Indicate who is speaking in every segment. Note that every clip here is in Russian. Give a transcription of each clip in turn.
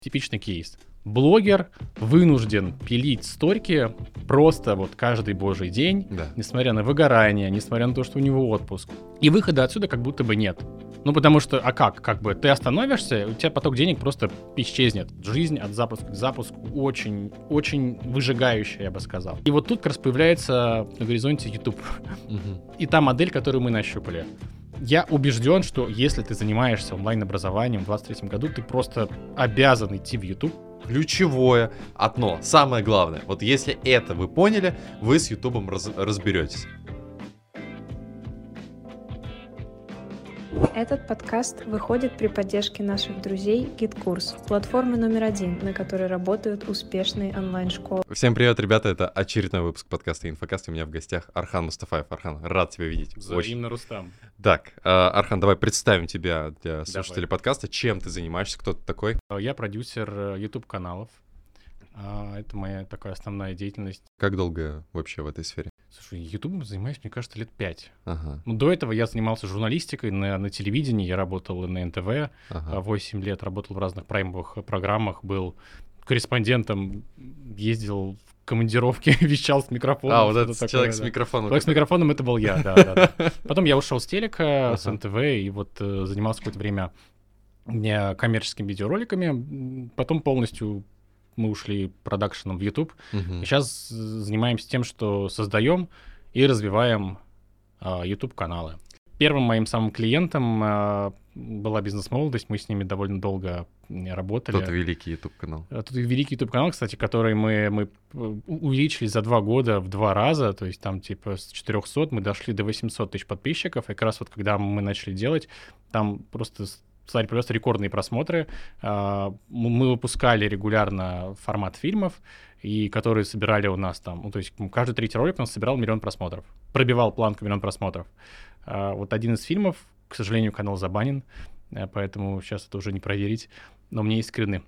Speaker 1: Типичный кейс. Блогер вынужден пилить сторики просто вот каждый божий день, несмотря на выгорание, несмотря на то, что у него отпуск. И выхода отсюда как будто бы нет. Ну, потому что, как бы ты остановишься, у тебя поток денег просто исчезнет. Жизнь от запуска к запуску очень, очень выжигающая, я бы сказал. И вот тут как раз появляется на горизонте YouTube. И та модель, которую мы нащупали. Я убежден, что если ты занимаешься онлайн-образованием в 2023 году, ты просто обязан идти в YouTube.
Speaker 2: Ключевое одно, самое главное. Вот если это вы поняли, вы с Ютубом разберетесь.
Speaker 3: Этот подкаст выходит при поддержке наших друзей GitKurs, платформы номер 1, на которой работают успешные онлайн-школы.
Speaker 2: Всем привет, ребята, это очередной выпуск подкаста «Инфокаст». У меня в гостях Архан Мустафаев. Архан, рад тебя видеть.
Speaker 1: Взаимно, Рустам.
Speaker 2: Так, Архан, давай представим тебя для слушателей подкаста. Чем ты занимаешься, кто ты такой?
Speaker 1: Я продюсер YouTube-каналов. Это моя такая основная деятельность.
Speaker 2: Как долго вообще в этой сфере?
Speaker 1: Слушай, ютубом занимаюсь, мне кажется, лет 5.
Speaker 2: Ага.
Speaker 1: Ну, до этого я занимался журналистикой на телевидении, я работал на НТВ, 8 лет работал в разных праймовых программах, был корреспондентом, ездил в командировки, вещал с микрофоном.
Speaker 2: Вот этот человек с микрофоном.
Speaker 1: Человек с микрофоном — это был я, да. Потом я ушел с телека, с НТВ, и вот занимался какое-то время коммерческими видеороликами, потом полностью мы ушли продакшеном в YouTube. И сейчас занимаемся тем, что создаем и развиваем YouTube-каналы. Первым моим самым клиентом была «Бизнес-молодость». Мы с ними довольно долго работали.
Speaker 2: Тот великий YouTube-канал.
Speaker 1: Тот великий YouTube-канал, кстати, который мы увеличили за 2 года в 2 раза. То есть там типа с 400 мы дошли до 800 тысяч подписчиков. И как раз вот когда мы начали делать, там просто рекордные просмотры. Мы выпускали регулярно формат фильмов, и которые собирали у нас там, ну, то есть каждый 3-й ролик у нас собирал 1 000 000 просмотров, пробивал планку 1 000 000 просмотров. Вот один из фильмов, к сожалению, канал забанен, поэтому сейчас это уже не проверить, но мне есть скрины.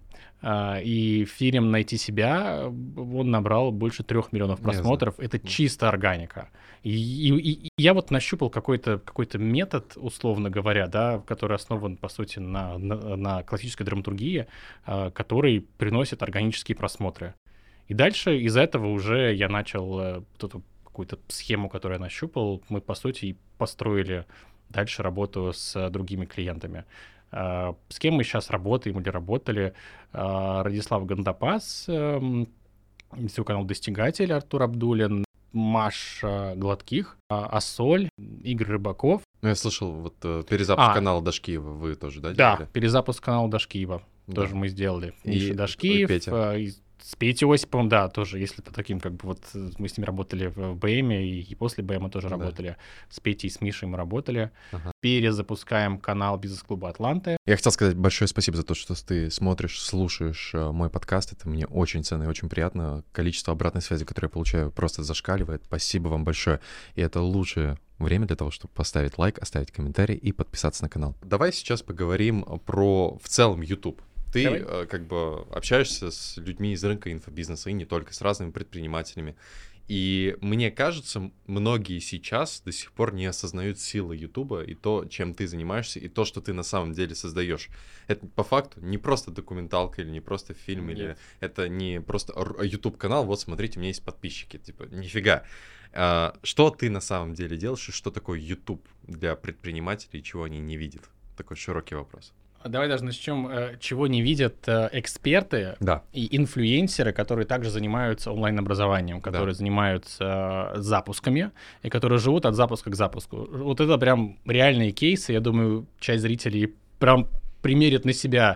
Speaker 1: И фильм «Найти себя», он набрал больше 3 миллионов просмотров. Это чисто органика. И я вот нащупал какой-то метод, условно говоря, да, который основан, по сути, на классической драматургии, который приносит органические просмотры. И дальше из этого уже я начал эту какую-то схему, которую я нащупал, мы, по сути, построили дальше работу с другими клиентами. С кем мы сейчас работаем или работали? Радислав Гандапас, канал «Достигатель» Артур Абдулин, Маша Гладких, Ассоль, Игорь Рыбаков.
Speaker 2: Я слышал, вот перезапуск канала Дашкиева вы тоже, да, делали?
Speaker 1: Да, перезапуск канала Дашкиева тоже мы сделали.
Speaker 2: И
Speaker 1: Дашкиев,
Speaker 2: Петя.
Speaker 1: С Петей Осиповым, да, тоже, если по таким, как бы, вот мы с ними работали в БМе, и после БМа тоже работали. С Петей и с Мишей мы работали. Перезапускаем канал бизнес-клуба «Атланты».
Speaker 2: Я хотел сказать большое спасибо за то, что ты смотришь, слушаешь мой подкаст. Это мне очень ценно и очень приятно. Количество обратной связи, которое я получаю, просто зашкаливает. Спасибо вам большое. И это лучшее время для того, чтобы поставить лайк, оставить комментарий и подписаться на канал. Давай сейчас поговорим про, в целом, YouTube. Ты как бы общаешься с людьми из рынка инфобизнеса, и не только, с разными предпринимателями. И мне кажется, многие сейчас до сих пор не осознают силы Ютуба и то, чем ты занимаешься, и то, что ты на самом деле создаешь. Это по факту не просто документалка или не просто фильм, или это не просто YouTube-канал, вот смотрите, у меня есть подписчики, типа, нифига. Что ты на самом деле делаешь, и что такое YouTube для предпринимателей, чего они не видят? Такой широкий вопрос.
Speaker 1: Давай даже начнем, чего не видят эксперты и инфлюенсеры, которые также занимаются онлайн-образованием, которые занимаются запусками и которые живут от запуска к запуску. Вот это прям реальные кейсы. Я думаю, часть зрителей прям примерит на себя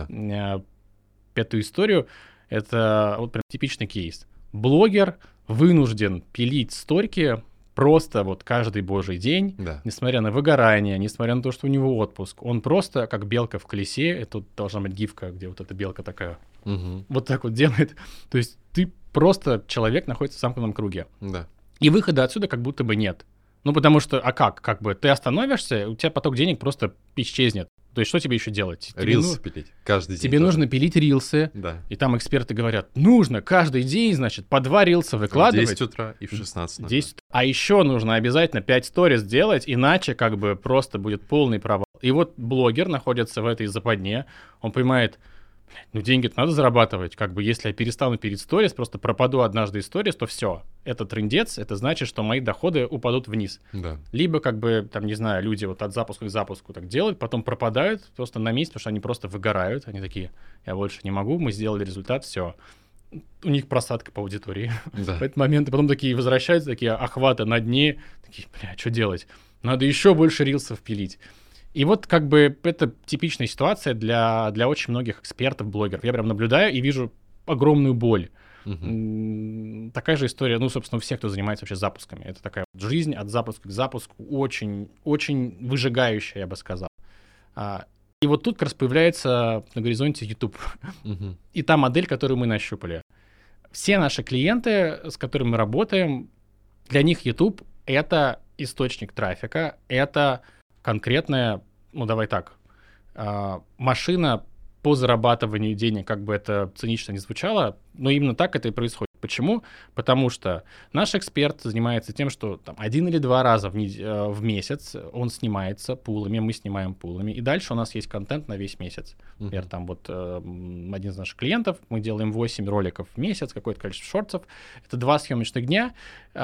Speaker 1: эту историю. Это вот прям типичный кейс. Блогер вынужден пилить сторики просто вот каждый божий день, несмотря на выгорание, несмотря на то, что у него отпуск. Он просто как белка в колесе. Это должна быть гифка, где вот эта белка такая вот так вот делает. То есть ты просто, человек находится в замкнутом круге. И выхода отсюда как будто бы нет. Ну, потому что, как бы ты остановишься, у тебя поток денег просто исчезнет. То есть что тебе еще делать?
Speaker 2: Рилсы пилить каждый день.
Speaker 1: Тебе нужно пилить рилсы. И там эксперты говорят, нужно каждый день, значит, по 2 рилса выкладывать.
Speaker 2: В 10 утра и в 16.
Speaker 1: 10. А еще нужно обязательно 5 сториз делать, иначе как бы просто будет полный провал. И вот блогер находится в этой западне, он понимает, Ну, деньги-то надо зарабатывать. Как бы, если я перестану пилить сторис, просто пропаду однажды из сторис, то все. Это трындец, это значит, что мои доходы упадут вниз.
Speaker 2: Да.
Speaker 1: Либо, как бы, там, не знаю, люди вот от запуска к запуску так делают, потом пропадают просто на месте, потому что они просто выгорают. Они такие, я больше не могу, мы сделали результат, все. У них просадка по аудитории
Speaker 2: Да.
Speaker 1: в этот момент. И потом такие возвращаются, такие охваты на дне. Такие, бля, что делать? Надо еще больше рилсов пилить. И вот как бы это типичная ситуация для очень многих экспертов, блогеров. Я прям наблюдаю и вижу огромную боль. Такая же история, ну, собственно, у всех, кто занимается вообще запусками. Это такая вот жизнь от запуска к запуску, очень, очень выжигающая, я бы сказал. И вот тут как раз появляется на горизонте YouTube. И та модель, которую мы нащупали. Все наши клиенты, с которыми мы работаем, для них YouTube — это источник трафика, это конкретная, ну давай так, машина по зарабатыванию денег, как бы это цинично не звучало, но именно так это и происходит. Почему? Потому что наш эксперт занимается тем, что там 1 или 2 раза в месяц он снимается пулами, мы снимаем пулами, и дальше у нас есть контент на весь месяц. Например, там вот один из наших клиентов, мы делаем 8 роликов в месяц, какое-то количество шортсов, это 2 съемочных дня,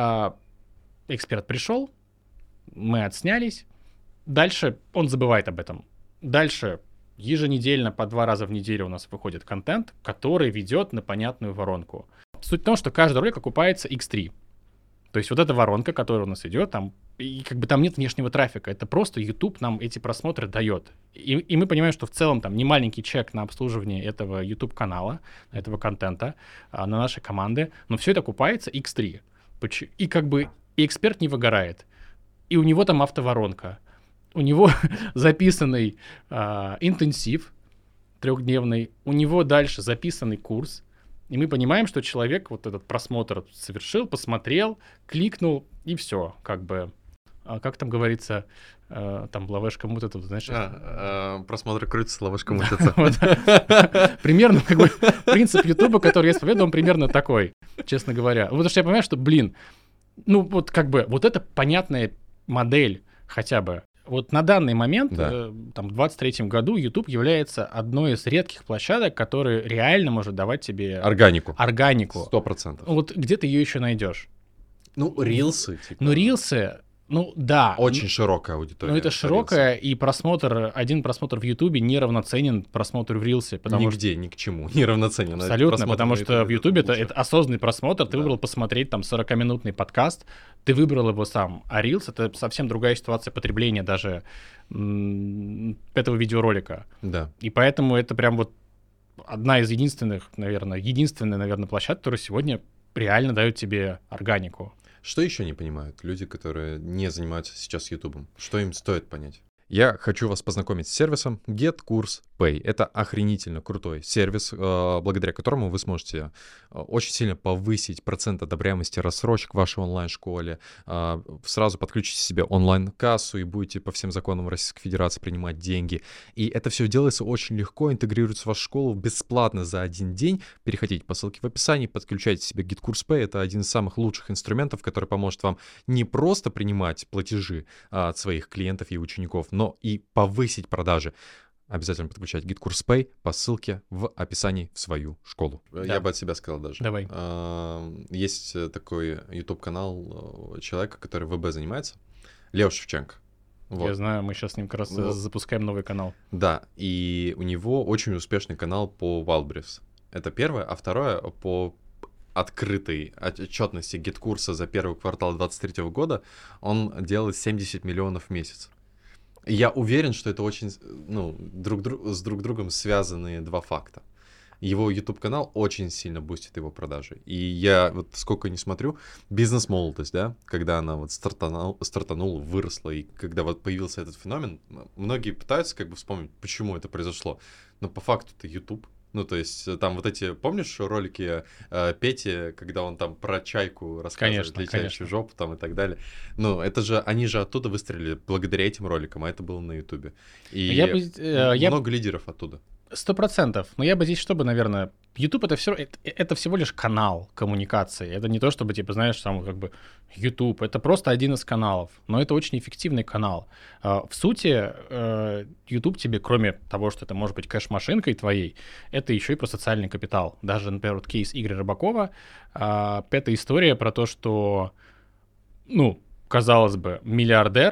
Speaker 1: эксперт пришел, мы отснялись, дальше он забывает об этом. Дальше еженедельно по 2 раза в неделю у нас выходит контент, который ведет на понятную воронку. Суть в том, что каждый ролик окупается X3. То есть вот эта воронка, которая у нас идет, там, и как бы там нет внешнего трафика. Это просто YouTube нам эти просмотры дает. И мы понимаем, что в целом там не маленький чек на обслуживание этого YouTube-канала, этого контента, на наши команды, но все это окупается X3. И как бы и эксперт не выгорает. И у него там автоворонка. У него записанный интенсив 3-дневный, у него дальше записанный курс, и мы понимаем, что человек вот этот просмотр совершил, посмотрел, кликнул, и все, как бы, как там говорится, там лавешка мутится, знаешь.
Speaker 2: Просмотр крутится, лавешка мутится.
Speaker 1: Примерно, как бы, принцип Ютуба, который я исповедую, он примерно такой, честно говоря. Потому что я понимаю, что, блин, ну вот как бы, вот это понятная модель хотя бы. Вот на данный момент, там, в 2023 году YouTube является одной из редких площадок, которые реально может давать тебе...
Speaker 2: Органику.
Speaker 1: 100%. Вот где ты ее еще найдешь?
Speaker 2: Ну, рилсы. Типа.
Speaker 1: Ну, рилсы, ну, да.
Speaker 2: Очень широкая аудитория.
Speaker 1: Ну, это широкая, и один просмотр в YouTube не равноценен просмотру в рилсе.
Speaker 2: Нигде, ни к чему не равноценен.
Speaker 1: Абсолютно, потому что в YouTube это осознанный просмотр. Ты выбрал посмотреть там 40-минутный подкаст, ты выбрал его сам. А рилс — это совсем другая ситуация потребления даже этого видеоролика.
Speaker 2: Да.
Speaker 1: И поэтому это прям вот одна из единственная, наверное, площадка, которая сегодня реально дает тебе органику.
Speaker 2: Что еще не понимают люди, которые не занимаются сейчас Ютубом? Что им стоит понять? Я хочу вас познакомить с сервисом GetCourse Pay. Это охренительно крутой сервис, благодаря которому вы сможете очень сильно повысить процент одобряемости рассрочек в вашей онлайн-школе, сразу подключите себе онлайн-кассу и будете по всем законам Российской Федерации принимать деньги. И это все делается очень легко, интегрируется в вашу школу бесплатно за один день. Переходите по ссылке в описании, подключайте себе GetCourse Pay. Это один из самых лучших инструментов, который поможет вам не просто принимать платежи от своих клиентов и учеников, но и повысить продажи. Обязательно подключать GetCourse Pay по ссылке в описании в свою школу. Да. Я бы от себя сказал даже.
Speaker 1: Давай.
Speaker 2: Есть такой YouTube-канал человека, который ВБ занимается, Лео Шевченко.
Speaker 1: Вот. Я знаю, мы сейчас с ним как раз запускаем новый канал.
Speaker 2: Да, и у него очень успешный канал по Wildberries. Это первое. А второе, по открытой отчетности GetCourse за первый квартал 2023 года он делает 70 миллионов в месяц. Я уверен, что это очень, с друг другом связанные два факта. Его YouTube-канал очень сильно бустит его продажи. И я вот сколько не смотрю, бизнес-молодость, да, когда она вот стартанула, выросла, и когда вот появился этот феномен, многие пытаются как бы вспомнить, почему это произошло. Но по факту это YouTube. Ну, то есть, там вот эти, помнишь ролики Пети, когда он там про чайку рассказывает, летящую жопу там и так далее? Ну, это же, они же оттуда выстрелили благодаря этим роликам, а это было на Ютубе. И много лидеров оттуда.
Speaker 1: 100%. Но я бы здесь, чтобы, наверное, YouTube это всего лишь канал коммуникации. Это не то, чтобы, типа, знаешь, там как бы YouTube. Это просто один из каналов. Но это очень эффективный канал. В сути, YouTube тебе, кроме того, что это может быть кэш-машинкой твоей, это еще и про социальный капитал. Даже, например, вот кейс Игоря Рыбакова. Это история про то, что, ну, казалось бы, миллиардер,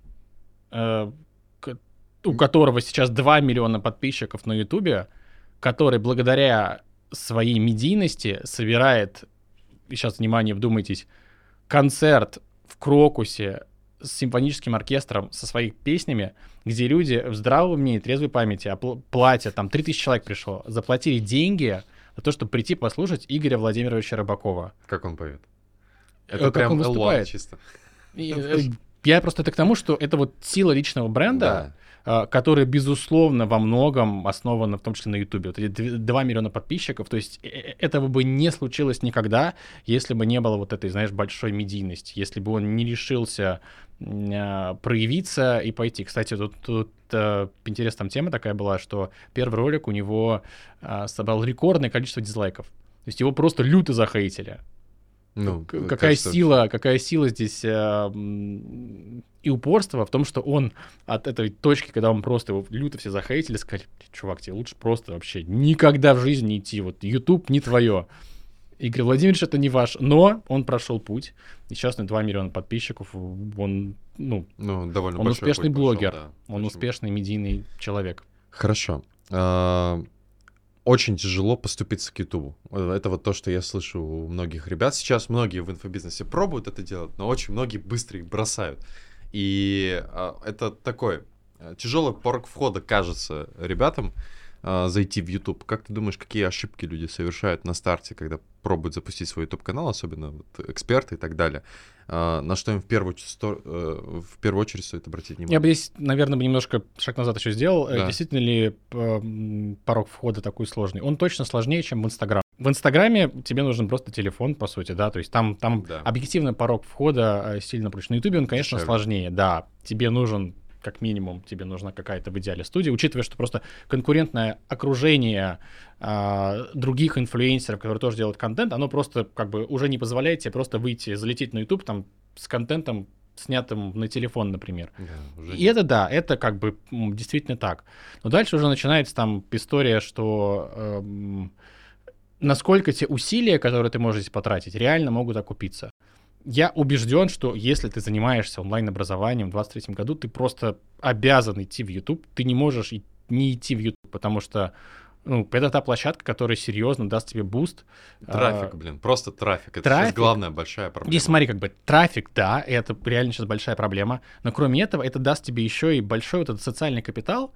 Speaker 1: у которого сейчас 2 миллиона подписчиков на YouTube, который благодаря своей медийности собирает, и сейчас, внимание, вдумайтесь, концерт в Крокусе с симфоническим оркестром со своими песнями, где люди в здравом уме и трезвой памяти платят, там 3000 человек пришло, заплатили деньги за то, чтобы прийти послушать Игоря Владимировича Рыбакова.
Speaker 2: Как он поет?
Speaker 1: Это как прям он выступает.
Speaker 2: Чисто.
Speaker 1: Я просто это к тому, что это вот сила личного бренда, которая, безусловно, во многом основана, в том числе на YouTube. Вот эти 2 миллиона подписчиков, то есть этого бы не случилось никогда, если бы не было вот этой, знаешь, большой медийности, если бы он не решился проявиться и пойти. Кстати, тут интересная там тема такая была, что первый ролик у него собрал рекордное количество дизлайков. То есть его просто люто захейтили.
Speaker 2: Ну,
Speaker 1: какая сила здесь и упорство в том, что он от этой точки, когда он просто его люто все захейтили, сказали: чувак, тебе лучше просто вообще никогда в жизни не идти, вот YouTube не твое. Игорь Владимирович, это не ваш, но он прошел путь, и сейчас на 2 миллиона подписчиков, он,
Speaker 2: довольно
Speaker 1: он успешный блогер,
Speaker 2: пошел, да.
Speaker 1: он успешный медийный человек.
Speaker 2: Хорошо. Очень тяжело поступиться к Ютубу. Это вот то, что я слышу у многих ребят. Сейчас многие в инфобизнесе пробуют это делать, но очень многие быстро их бросают. И это такой тяжелый порог входа, кажется, ребятам зайти в YouTube. Как ты думаешь, какие ошибки люди совершают на старте, когда пробуют запустить свой YouTube-канал, особенно вот эксперты и так далее? На что им в первую очередь стоит обратить внимание?
Speaker 1: Я бы здесь, наверное, немножко шаг назад еще сделал. Да. Действительно ли порог входа такой сложный? Он точно сложнее, чем в Инстаграм. В Инстаграме тебе нужен просто телефон, по сути, да, то есть там да. Объективно порог входа сильно проще. На Ютубе он, конечно, сложнее, да. Тебе нужен, как минимум, тебе нужна какая-то в идеале студия, учитывая, что просто конкурентное окружение других инфлюенсеров, которые тоже делают контент, оно просто как бы уже не позволяет тебе просто выйти, залететь на YouTube там с контентом, снятым на телефон, например. Да, и это как бы действительно так. Но дальше уже начинается там история, что насколько те усилия, которые ты можешь здесь потратить, реально могут окупиться. Я убежден, что если ты занимаешься онлайн-образованием в 2023 году, ты просто обязан идти в YouTube. Ты не можешь не идти в YouTube, потому что это та площадка, которая серьезно даст тебе буст.
Speaker 2: Трафик, просто трафик. Это сейчас главная большая проблема.
Speaker 1: И смотри, как бы трафик, да, это реально сейчас большая проблема, но кроме этого это даст тебе еще и большой вот этот социальный капитал,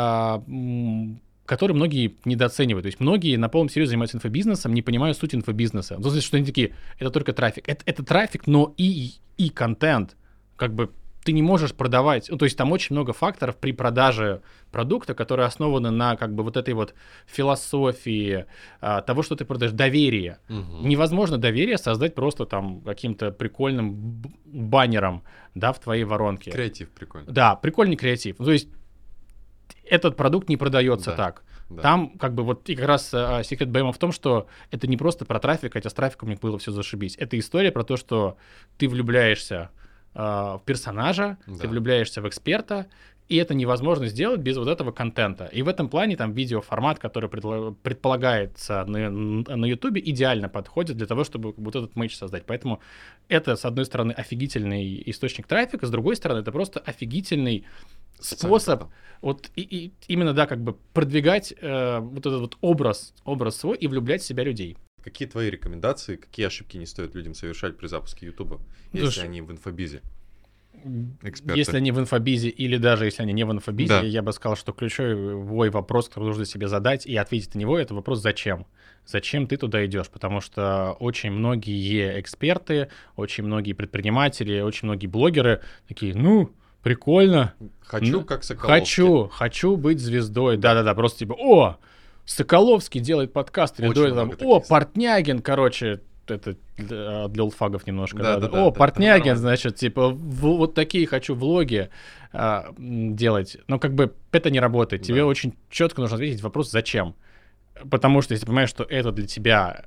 Speaker 1: который многие недооценивают. То есть многие на полном серьезе занимаются инфобизнесом, не понимают суть инфобизнеса. Ну, то есть, что они такие, это только трафик. Это трафик, но и контент. Как бы ты не можешь продавать. То есть там очень много факторов при продаже продукта, которые основаны на как бы вот этой вот философии того, что ты продаешь, доверие. Угу. Невозможно доверие создать просто там каким-то прикольным баннером, да, в твоей воронке.
Speaker 2: Креатив прикольный.
Speaker 1: Да, прикольный креатив. То есть этот продукт не продается так. Да. Там как бы вот и как раз секрет БМ в том, что это не просто про трафик, хотя с трафиком у них было все зашибись. Это история про то, что ты влюбляешься в персонажа, ты влюбляешься в эксперта, и это невозможно сделать без вот этого контента. И в этом плане там видеоформат, который предполагается на YouTube, идеально подходит для того, чтобы вот этот матч создать. Поэтому это, с одной стороны, офигительный источник трафика, с другой стороны, это просто офигительный способ вот и именно, да, как бы продвигать вот этот вот образ свой и влюблять в себя людей.
Speaker 2: Какие твои рекомендации, какие ошибки не стоит людям совершать при запуске Ютуба, если они в инфобизе?
Speaker 1: Эксперты. Если они в инфобизе или даже если они не в инфобизе, я бы сказал, что ключевой вопрос, который нужно себе задать и ответить на него, это вопрос «зачем?». Зачем ты туда идешь? Потому что очень многие эксперты, очень многие предприниматели, очень многие блогеры такие, прикольно.
Speaker 2: Хочу как Соколовский.
Speaker 1: Хочу быть звездой. Да-да-да, просто типа, Соколовский делает подкаст. Или Портнягин, это для олдфагов немножко. Да. Портнягин, значит, типа, вот такие хочу влоги делать. Но как бы это не работает. Тебе очень четко нужно ответить вопрос «зачем?». Потому что если ты понимаешь, что это для тебя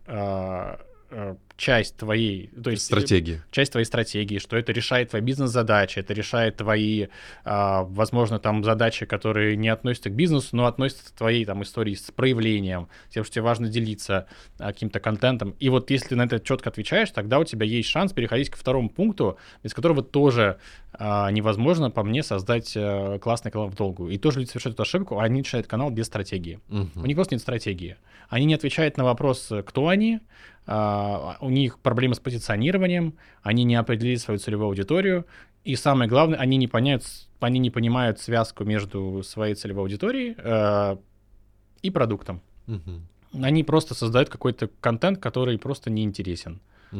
Speaker 1: часть твоей... То есть
Speaker 2: стратегии.
Speaker 1: Часть твоей стратегии, что это решает твои бизнес-задачи, это решает твои, возможно, там задачи, которые не относятся к бизнесу, но относятся к твоей там истории с проявлением, тем, что тебе важно делиться каким-то контентом. И вот если на это четко отвечаешь, тогда у тебя есть шанс переходить ко второму пункту, без которого тоже невозможно, по мне, создать классный канал в долгую. И тоже люди совершают эту ошибку, они начинают канал без стратегии. У них просто нет стратегии. Они не отвечают на вопрос, кто они, у них проблемы с позиционированием, они не определили свою целевую аудиторию, и самое главное, они не понимают связку между своей целевой аудиторией и продуктом. Они просто создают какой-то контент, который просто неинтересен.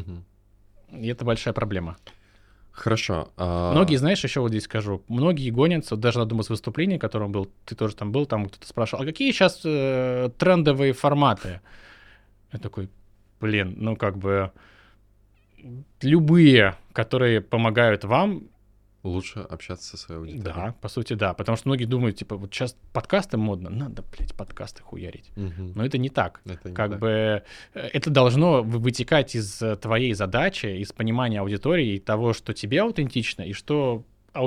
Speaker 1: И это большая проблема.
Speaker 2: Хорошо.
Speaker 1: Многие, знаешь, еще вот здесь скажу, многие гонятся, даже на одном из выступлений, в котором был, ты тоже там был, там кто-то спрашивал, а какие сейчас трендовые форматы? Я такой, блин, ну как бы любые, которые помогают вам.
Speaker 2: Лучше общаться со своей аудиторией.
Speaker 1: Да, по сути, да. Потому что многие думают, типа, вот сейчас подкасты модно, надо, блядь, подкасты хуярить. Но это не так.
Speaker 2: Это не
Speaker 1: как
Speaker 2: так.
Speaker 1: бы это должно вытекать из твоей задачи, из понимания аудитории, и того, что тебе аутентично, и что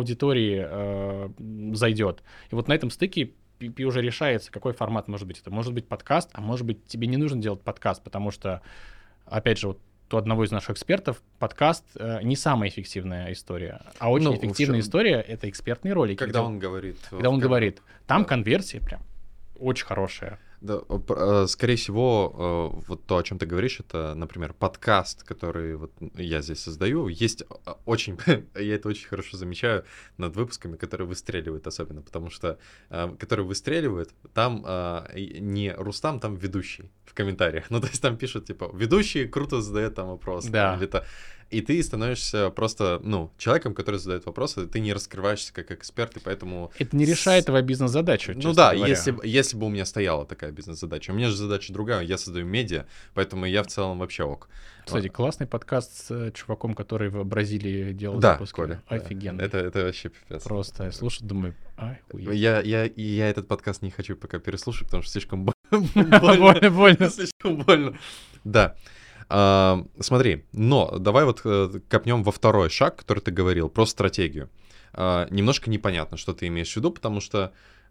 Speaker 1: аудитории зайдет. И вот на этом стыке уже решается, какой формат может быть. Это может быть подкаст, а может быть тебе не нужно делать подкаст, потому что, опять же, вот у одного из наших экспертов подкаст не самая эффективная история, а очень эффективная история — это экспертные ролики.
Speaker 2: Когда он говорит.
Speaker 1: Там конверсия прям очень хорошая.
Speaker 2: Да, скорее всего, вот то, о чем ты говоришь, это, например, подкаст, который вот я здесь создаю. Есть очень, я это очень хорошо замечаю над выпусками, которые выстреливают особенно, потому что которые выстреливают, там не Рустам, там ведущий в комментариях. Ну, то есть там пишут, типа, ведущий круто задает там вопрос.
Speaker 1: Да.
Speaker 2: И ты становишься просто, человеком, который задает вопросы, ты не раскрываешься как эксперт, и поэтому...
Speaker 1: Это не решает твою бизнес-задачу,
Speaker 2: Ну да, если бы у меня стояла такая бизнес-задача. У меня же задача другая, я создаю медиа, поэтому я в целом вообще ок.
Speaker 1: Кстати, классный подкаст с чуваком, который в Бразилии делал
Speaker 2: запуски.
Speaker 1: Коля. Офигенно.
Speaker 2: Это вообще пипец.
Speaker 1: Просто я слушаю, думаю,
Speaker 2: я этот подкаст не хочу пока переслушать, потому что слишком
Speaker 1: больно.
Speaker 2: Слишком больно. Да. Смотри, но давай вот копнем во второй шаг, который ты говорил, про стратегию. Немножко непонятно, что ты имеешь в виду, потому что,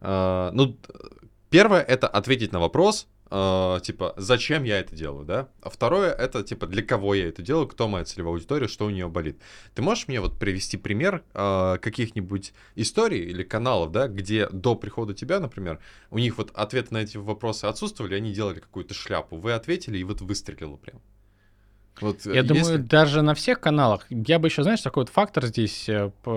Speaker 2: первое — это ответить на вопрос, типа, зачем я это делаю, да? А второе — это, типа, для кого я это делаю, кто моя целевая аудитория, что у нее болит. Ты можешь мне вот привести пример каких-нибудь историй или каналов, да, где до прихода тебя, например, у них вот ответы на эти вопросы отсутствовали, они делали какую-то шляпу, вы ответили, и вот выстрелило прям. Вот,
Speaker 1: я думаю, даже на всех каналах. Я бы еще, знаешь, такой вот фактор здесь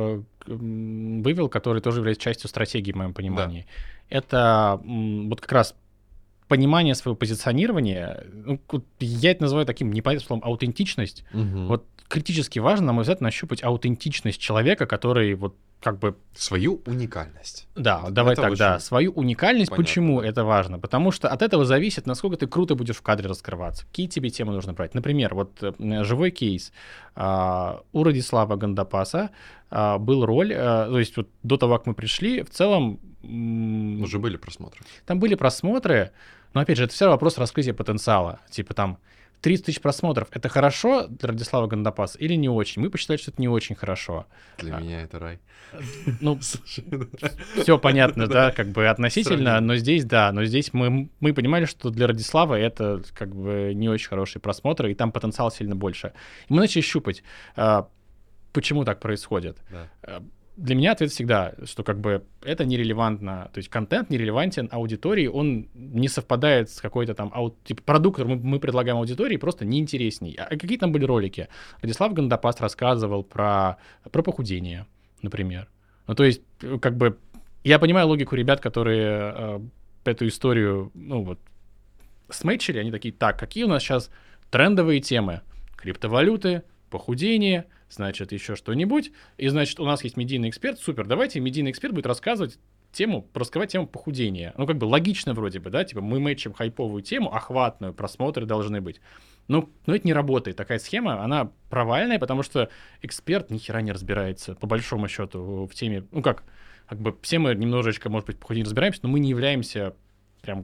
Speaker 1: вывел, который тоже является частью стратегии, в моем понимании. Да. Это вот как раз понимание своего позиционирования. Я это называю таким непонятным словом аутентичность. Вот критически важно, на мой взгляд, нащупать аутентичность человека, который вот как бы...
Speaker 2: Свою уникальность.
Speaker 1: Да, давай так, да. Свою уникальность. Понятно. Почему это важно? Потому что от этого зависит, насколько ты круто будешь в кадре раскрываться. Какие тебе темы нужно брать. Например, вот живой кейс. У Радислава Гандапаса был роль, то есть вот до того, как мы пришли, в целом...
Speaker 2: Уже были просмотры.
Speaker 1: Там были просмотры, но, опять же, это все равно вопрос раскрытия потенциала. Типа там 30 тысяч просмотров — это хорошо для Радислава Гандапаса или не очень? Мы посчитали, что это не очень хорошо.
Speaker 2: Для меня это рай.
Speaker 1: Ну, все понятно, да, как бы относительно, но здесь, да, но здесь мы понимали, что для Радислава это как бы не очень хорошие просмотры, и там потенциал сильно больше. И мы начали щупать, почему так происходит.
Speaker 2: Да.
Speaker 1: Для меня ответ всегда, что как бы это нерелевантно, то есть контент нерелевантен аудитории, он не совпадает с какой-то там типа продукт, который мы предлагаем аудитории, просто неинтересней. А какие там были ролики? Радислав Гандапас рассказывал про похудение, например. Ну то есть как бы я понимаю логику ребят, которые эту историю, сметчили, они такие, так, какие у нас сейчас трендовые темы? Криптовалюты, похудение, значит, еще что-нибудь. И, значит, у нас есть медийный эксперт. Супер, давайте медийный эксперт будет раскрывать тему похудения. Ну, как бы логично вроде бы, да? Типа мы мэчим хайповую тему, охватную, просмотры должны быть. Но это не работает. Такая схема, она провальная, потому что эксперт ни хера не разбирается, по большому счету, в теме. Ну, как бы все мы немножечко, может быть, похудение разбираемся, но мы не являемся прям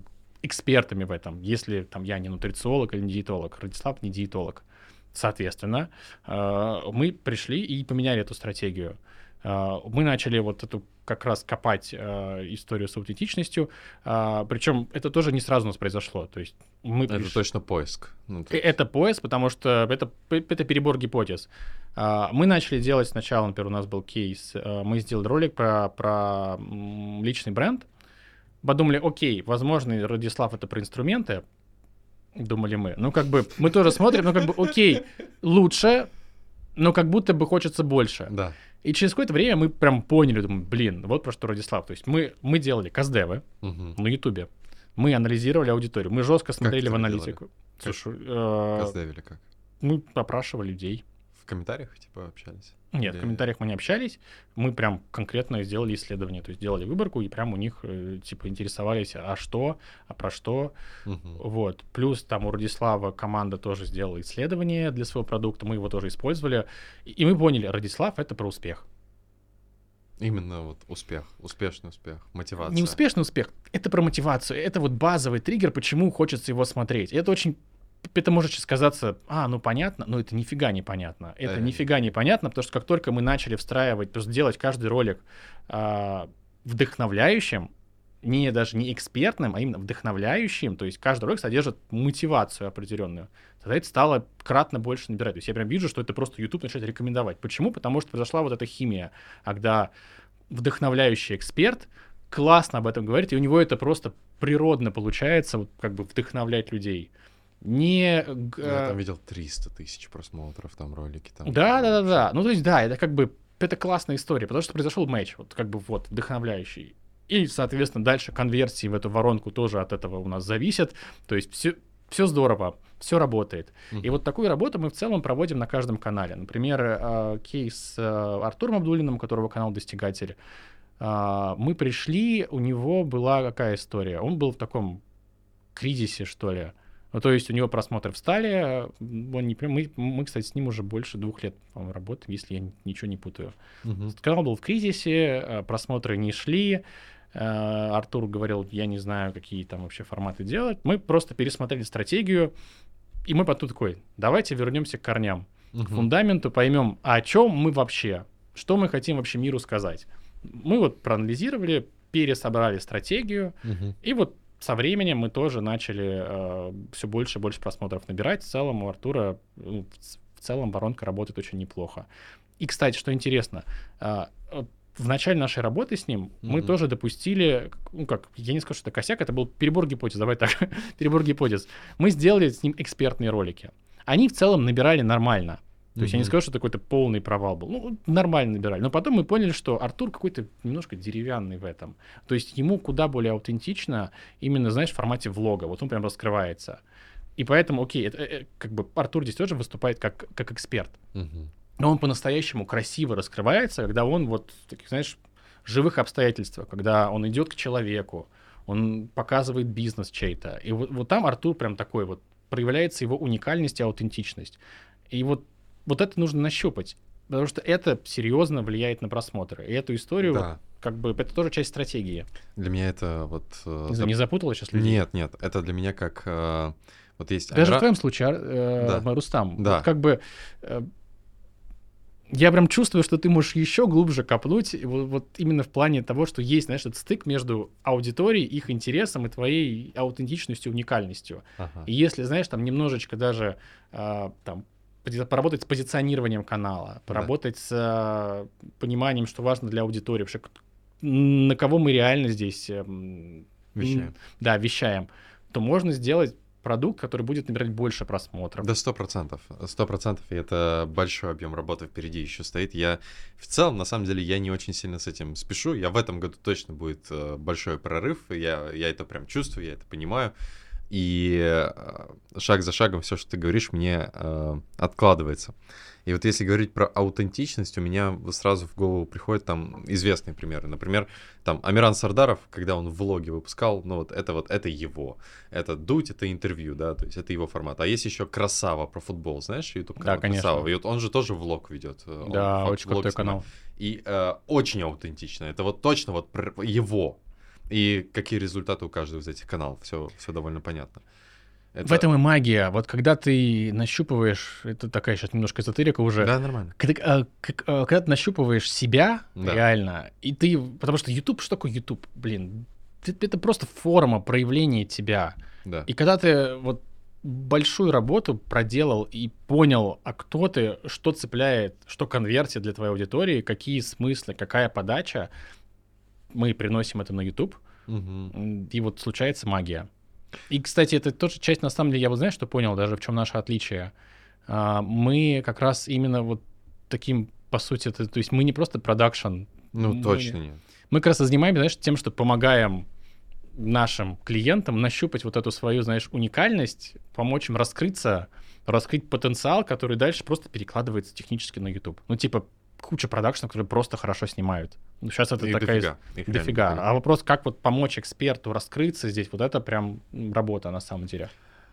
Speaker 1: экспертами в этом, если там я не нутрициолог или не диетолог, Радислав не диетолог. Соответственно, мы пришли и поменяли эту стратегию. Мы начали вот эту как раз копать историю с аутентичностью, причем это тоже не сразу у нас произошло. То есть
Speaker 2: Это точно поиск.
Speaker 1: Это поиск, потому что это перебор гипотез. Мы начали делать сначала, например, у нас был кейс, мы сделали ролик про личный бренд, подумали, окей, возможно, Радислав — это про инструменты, думали мы. Ну, как бы, мы тоже смотрим, ну, как бы, окей, лучше, но как будто бы хочется больше.
Speaker 2: Да.
Speaker 1: И через какое-то время мы прям поняли, думаю, блин, вот про что Радислав. То есть мы делали каздевы на Ютубе, мы анализировали аудиторию, мы жестко смотрели в аналитику.
Speaker 2: Слушай, каздевили как?
Speaker 1: Мы опрашивали людей.
Speaker 2: В комментариях, типа, общались?
Speaker 1: Нет, в комментариях мы не общались, мы прям конкретно сделали исследование, то есть делали выборку и прям у них, типа, интересовались, а что, а про что, вот. Плюс там у Радислава команда тоже сделала исследование для своего продукта, мы его тоже использовали, и мы поняли, Радислав — это про успех.
Speaker 2: Именно вот успех, успешный успех, мотивация.
Speaker 1: Не успешный успех, это про мотивацию, это вот базовый триггер, почему хочется его смотреть. Это очень... Это может сейчас казаться, ну понятно, но это нифига не понятно. Это нифига не понятно, потому что как только мы начали встраивать, просто делать каждый ролик вдохновляющим, даже не экспертным, а именно вдохновляющим, то есть каждый ролик содержит мотивацию определенную, тогда это стало кратно больше набирать. То есть я прям вижу, что это просто YouTube начинает рекомендовать. Почему? Потому что произошла вот эта химия, когда вдохновляющий эксперт классно об этом говорит, и у него это просто природно получается, вот, как бы вдохновлять людей. Я
Speaker 2: там видел 300 тысяч просмотров, там ролики. Там
Speaker 1: да. Ну, то есть, да, это как бы, это классная история, потому что произошел матч, вот как бы вот, вдохновляющий. И, соответственно, дальше конверсии в эту воронку тоже от этого у нас зависят. То есть все здорово, все работает. И вот такую работу мы в целом проводим на каждом канале. Например, кейс с Артуром Абдуллиным, у которого канал «Достигатель». Мы пришли, у него была какая история? Он был в таком кризисе, что ли. Ну, то есть у него просмотры встали, мы, кстати, с ним уже больше 2 лет, по-моему, работаем, если я ничего не путаю. Канал был в кризисе, просмотры не шли, Артур говорил, я не знаю, какие там вообще форматы делать. Мы просто пересмотрели стратегию, и мы потом такой, давайте вернемся к корням, к фундаменту, поймем, о чем мы вообще, что мы хотим вообще миру сказать. Мы вот проанализировали, пересобрали стратегию, и вот со временем мы тоже начали все больше и больше просмотров набирать. В целом у Артура, в целом воронка работает очень неплохо. И, кстати, что интересно, в начале нашей работы с ним мы тоже допустили, я не скажу, что это косяк, это был перебор гипотез, давай так, перебор гипотез. Мы сделали с ним экспертные ролики. Они в целом набирали нормально. То есть я не скажу, что это какой-то полный провал был. Ну, нормально набирали. Но потом мы поняли, что Артур какой-то немножко деревянный в этом. То есть ему куда более аутентично именно, знаешь, в формате влога. Вот он прям раскрывается. И поэтому, окей, как бы Артур здесь тоже выступает как эксперт. Но он по-настоящему красиво раскрывается, когда он вот в таких, знаешь, живых обстоятельствах, когда он идет к человеку, он показывает бизнес чей-то. И вот там Артур прям такой вот, проявляется его уникальность и аутентичность. И вот это нужно нащупать, потому что это серьезно влияет на просмотры. И эту историю, вот, как бы, это тоже часть стратегии.
Speaker 2: Для меня это вот...
Speaker 1: Не запутало сейчас людей?
Speaker 2: Нет, это для меня как... вот есть
Speaker 1: даже в твоем случае, Рустам, вот как бы... Я прям чувствую, что ты можешь еще глубже копнуть, вот именно в плане того, что есть, знаешь, этот стык между аудиторией, их интересом и твоей аутентичностью, уникальностью. И если, знаешь, там немножечко даже там поработать с позиционированием канала, поработать с пониманием, что важно для аудитории, вообще на кого мы реально здесь вещаем, то можно сделать продукт, который будет набирать больше просмотров.
Speaker 2: Да, 100%. 100%, и это большой объем работы впереди еще стоит. Я в целом, на самом деле, я не очень сильно с этим спешу. Я в этом году точно будет большой прорыв. Я это прям чувствую, я это понимаю. И шаг за шагом все, что ты говоришь, мне откладывается. И вот если говорить про аутентичность, у меня сразу в голову приходят там известные примеры. Например, там Амиран Сардаров, когда он влоги выпускал, ну вот это его. Это Дудь, это интервью, да, то есть это его формат. А есть еще Красава про футбол, знаешь, YouTube канал Красава. И вот он же тоже влог ведет.
Speaker 1: Да, очень крутой канал.
Speaker 2: И очень аутентично. Это вот точно вот его. И какие результаты у каждого из этих каналов, все довольно понятно.
Speaker 1: В этом и магия. Вот когда ты нащупываешь, это такая сейчас немножко эзотерика уже.
Speaker 2: Да, нормально.
Speaker 1: Когда ты нащупываешь себя реально, и ты... Потому что YouTube, что такое YouTube? Блин, это просто форма проявления тебя.
Speaker 2: Да.
Speaker 1: И когда ты вот большую работу проделал и понял, а кто ты, что цепляет, что конвертит для твоей аудитории, какие смыслы, какая подача, мы приносим это на YouTube, и вот случается магия. И, кстати, это тоже часть, на самом деле, я вот знаешь, что понял, даже в чем наше отличие. Мы как раз именно вот таким, по сути, то есть мы не просто продакшн.
Speaker 2: Точно нет.
Speaker 1: Мы как раз и занимаемся, знаешь, тем, что помогаем нашим клиентам нащупать вот эту свою, знаешь, уникальность, помочь им раскрыться, раскрыть потенциал, который дальше просто перекладывается технически на YouTube. Ну, типа, куча продакшенов, которые просто хорошо снимают. Ну, сейчас это
Speaker 2: их
Speaker 1: такая...
Speaker 2: дофига.
Speaker 1: А вопрос, как вот помочь эксперту раскрыться здесь, вот это прям работа на самом деле.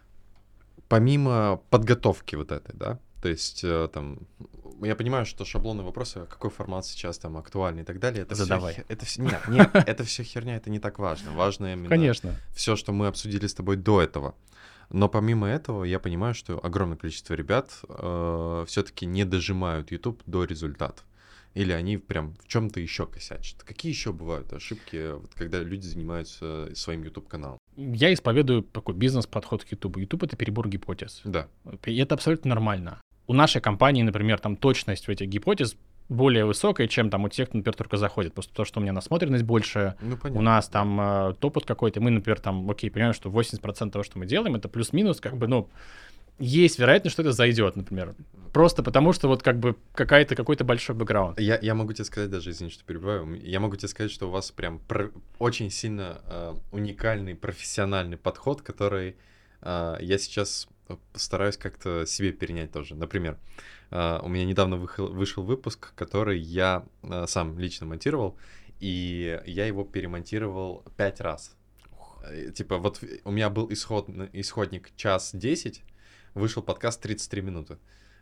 Speaker 2: Помимо подготовки вот этой, да, то есть там, я понимаю, что шаблонные вопросы, какой формат сейчас там актуальный и так далее, это
Speaker 1: задавай.
Speaker 2: Нет, это все херня, это не так важно. Важно именно
Speaker 1: Конечно.
Speaker 2: все, что мы обсудили с тобой до этого. Но помимо этого, я понимаю, что огромное количество ребят все-таки не дожимают YouTube до результата. Или они прям в чем-то еще косячат. Какие еще бывают ошибки, вот, когда люди занимаются своим YouTube-каналом?
Speaker 1: Я исповедую такой бизнес-подход к YouTube. YouTube — это перебор гипотез.
Speaker 2: Да.
Speaker 1: И это абсолютно нормально. У нашей компании, например, там точность в этих гипотез более высокая, чем там у тех, кто, например, только заходит. Просто то, что у меня насмотренность больше, у нас там опыт какой-то. Мы, например, там, понимаем, что 80% того, что мы делаем, это плюс-минус, как бы, есть вероятность, что это зайдет, например. Просто потому, что вот как бы какой-то большой бэкграунд.
Speaker 2: Я могу тебе сказать, даже, извини, что перебиваю, я могу тебе сказать, что у вас прям очень сильно уникальный профессиональный подход, который я сейчас стараюсь как-то себе перенять тоже. Например, у меня недавно вышел выпуск, который я сам лично монтировал, и я его перемонтировал 5 раз. Типа вот у меня был исходник 1:10, вышел подкаст 33 минуты.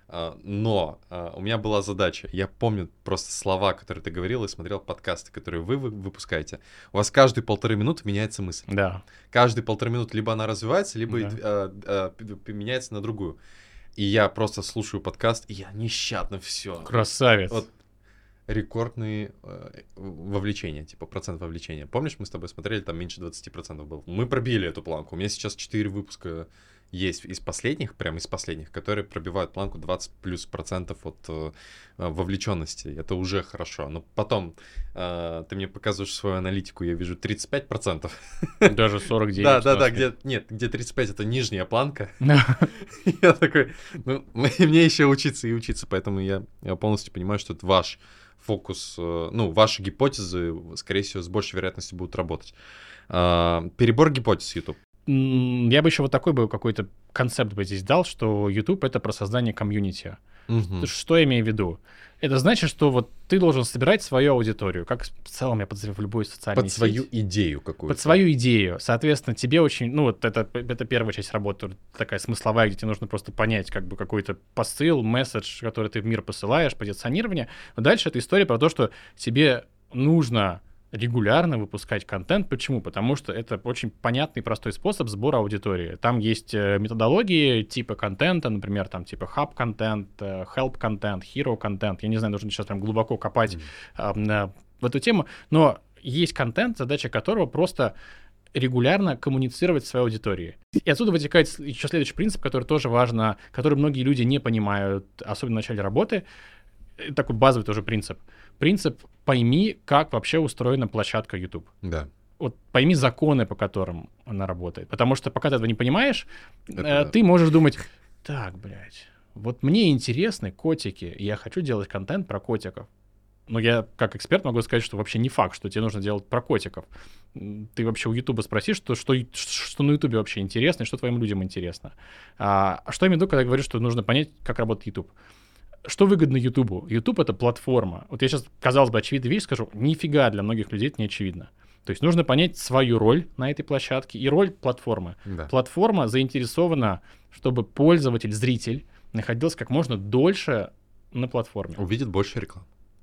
Speaker 2: Но у меня была задача. Я помню просто слова, которые ты говорил, и смотрел подкасты, которые вы выпускаете. У вас каждые 1,5 минуты меняется мысль.
Speaker 1: Да.
Speaker 2: Каждые 1,5 минуты либо она развивается, либо меняется на другую. И я просто слушаю подкаст, и я нещадно все.
Speaker 1: Красавец.
Speaker 2: Вот рекордные вовлечения, типа процент вовлечения. Помнишь, мы с тобой смотрели, там меньше 20% был. Мы пробили эту планку. У меня сейчас 4 выпуска есть из последних, которые пробивают планку 20+% от вовлеченности. Это уже хорошо. Но потом ты мне показываешь свою аналитику, я вижу 35%.
Speaker 1: Даже 49%.
Speaker 2: Да, где 35 — это нижняя планка. Я такой, мне еще учиться и учиться, поэтому я полностью понимаю, что это ваш фокус, ваши гипотезы, скорее всего, с большей вероятностью будут работать. Перебор гипотез YouTube.
Speaker 1: Я бы еще вот такой бы какой-то концепт бы здесь дал, что YouTube — это про создание комьюнити. Что я имею в виду? Это значит, что вот ты должен собирать свою аудиторию, как в целом, я подозреваю, в любой социальной сети.
Speaker 2: Под свою идею какую-то.
Speaker 1: Под свою идею. Соответственно, тебе очень... это первая часть работы, такая смысловая, где тебе нужно просто понять как бы какой-то посыл, месседж, который ты в мир посылаешь, позиционирование. Но дальше это история про то, что тебе нужно регулярно выпускать контент. Почему? Потому что это очень понятный и простой способ сбора аудитории. Там есть методологии типа контента, например, там типа hub-контент, help-контент, hero-контент. Я не знаю, нужно сейчас прям глубоко копать в эту тему, но есть контент, задача которого просто регулярно коммуницировать с своей аудиторией. И отсюда вытекает еще следующий принцип, который тоже важно, который многие люди не понимают, особенно в начале работы. Такой базовый тоже принцип. Принцип «пойми, как вообще устроена площадка YouTube».
Speaker 2: Да.
Speaker 1: Вот пойми законы, по которым она работает. Потому что пока ты этого не понимаешь, ты можешь думать, так, блядь, вот мне интересны котики, и я хочу делать контент про котиков. Но я как эксперт могу сказать, что вообще не факт, что тебе нужно делать про котиков. Ты вообще у Ютуба спроси, что на Ютубе вообще интересно, и что твоим людям интересно. А что я имею в виду, когда я говорю, что нужно понять, как работает Ютуб? Что выгодно Ютубу? Ютуб — это платформа. Вот я сейчас, казалось бы, очевидную вещь скажу. Нифига для многих людей это не очевидно. То есть нужно понять свою роль на этой площадке и роль платформы.
Speaker 2: Да.
Speaker 1: Платформа заинтересована, чтобы пользователь, зритель находился как можно дольше на платформе.
Speaker 2: Увидит больше рекламы.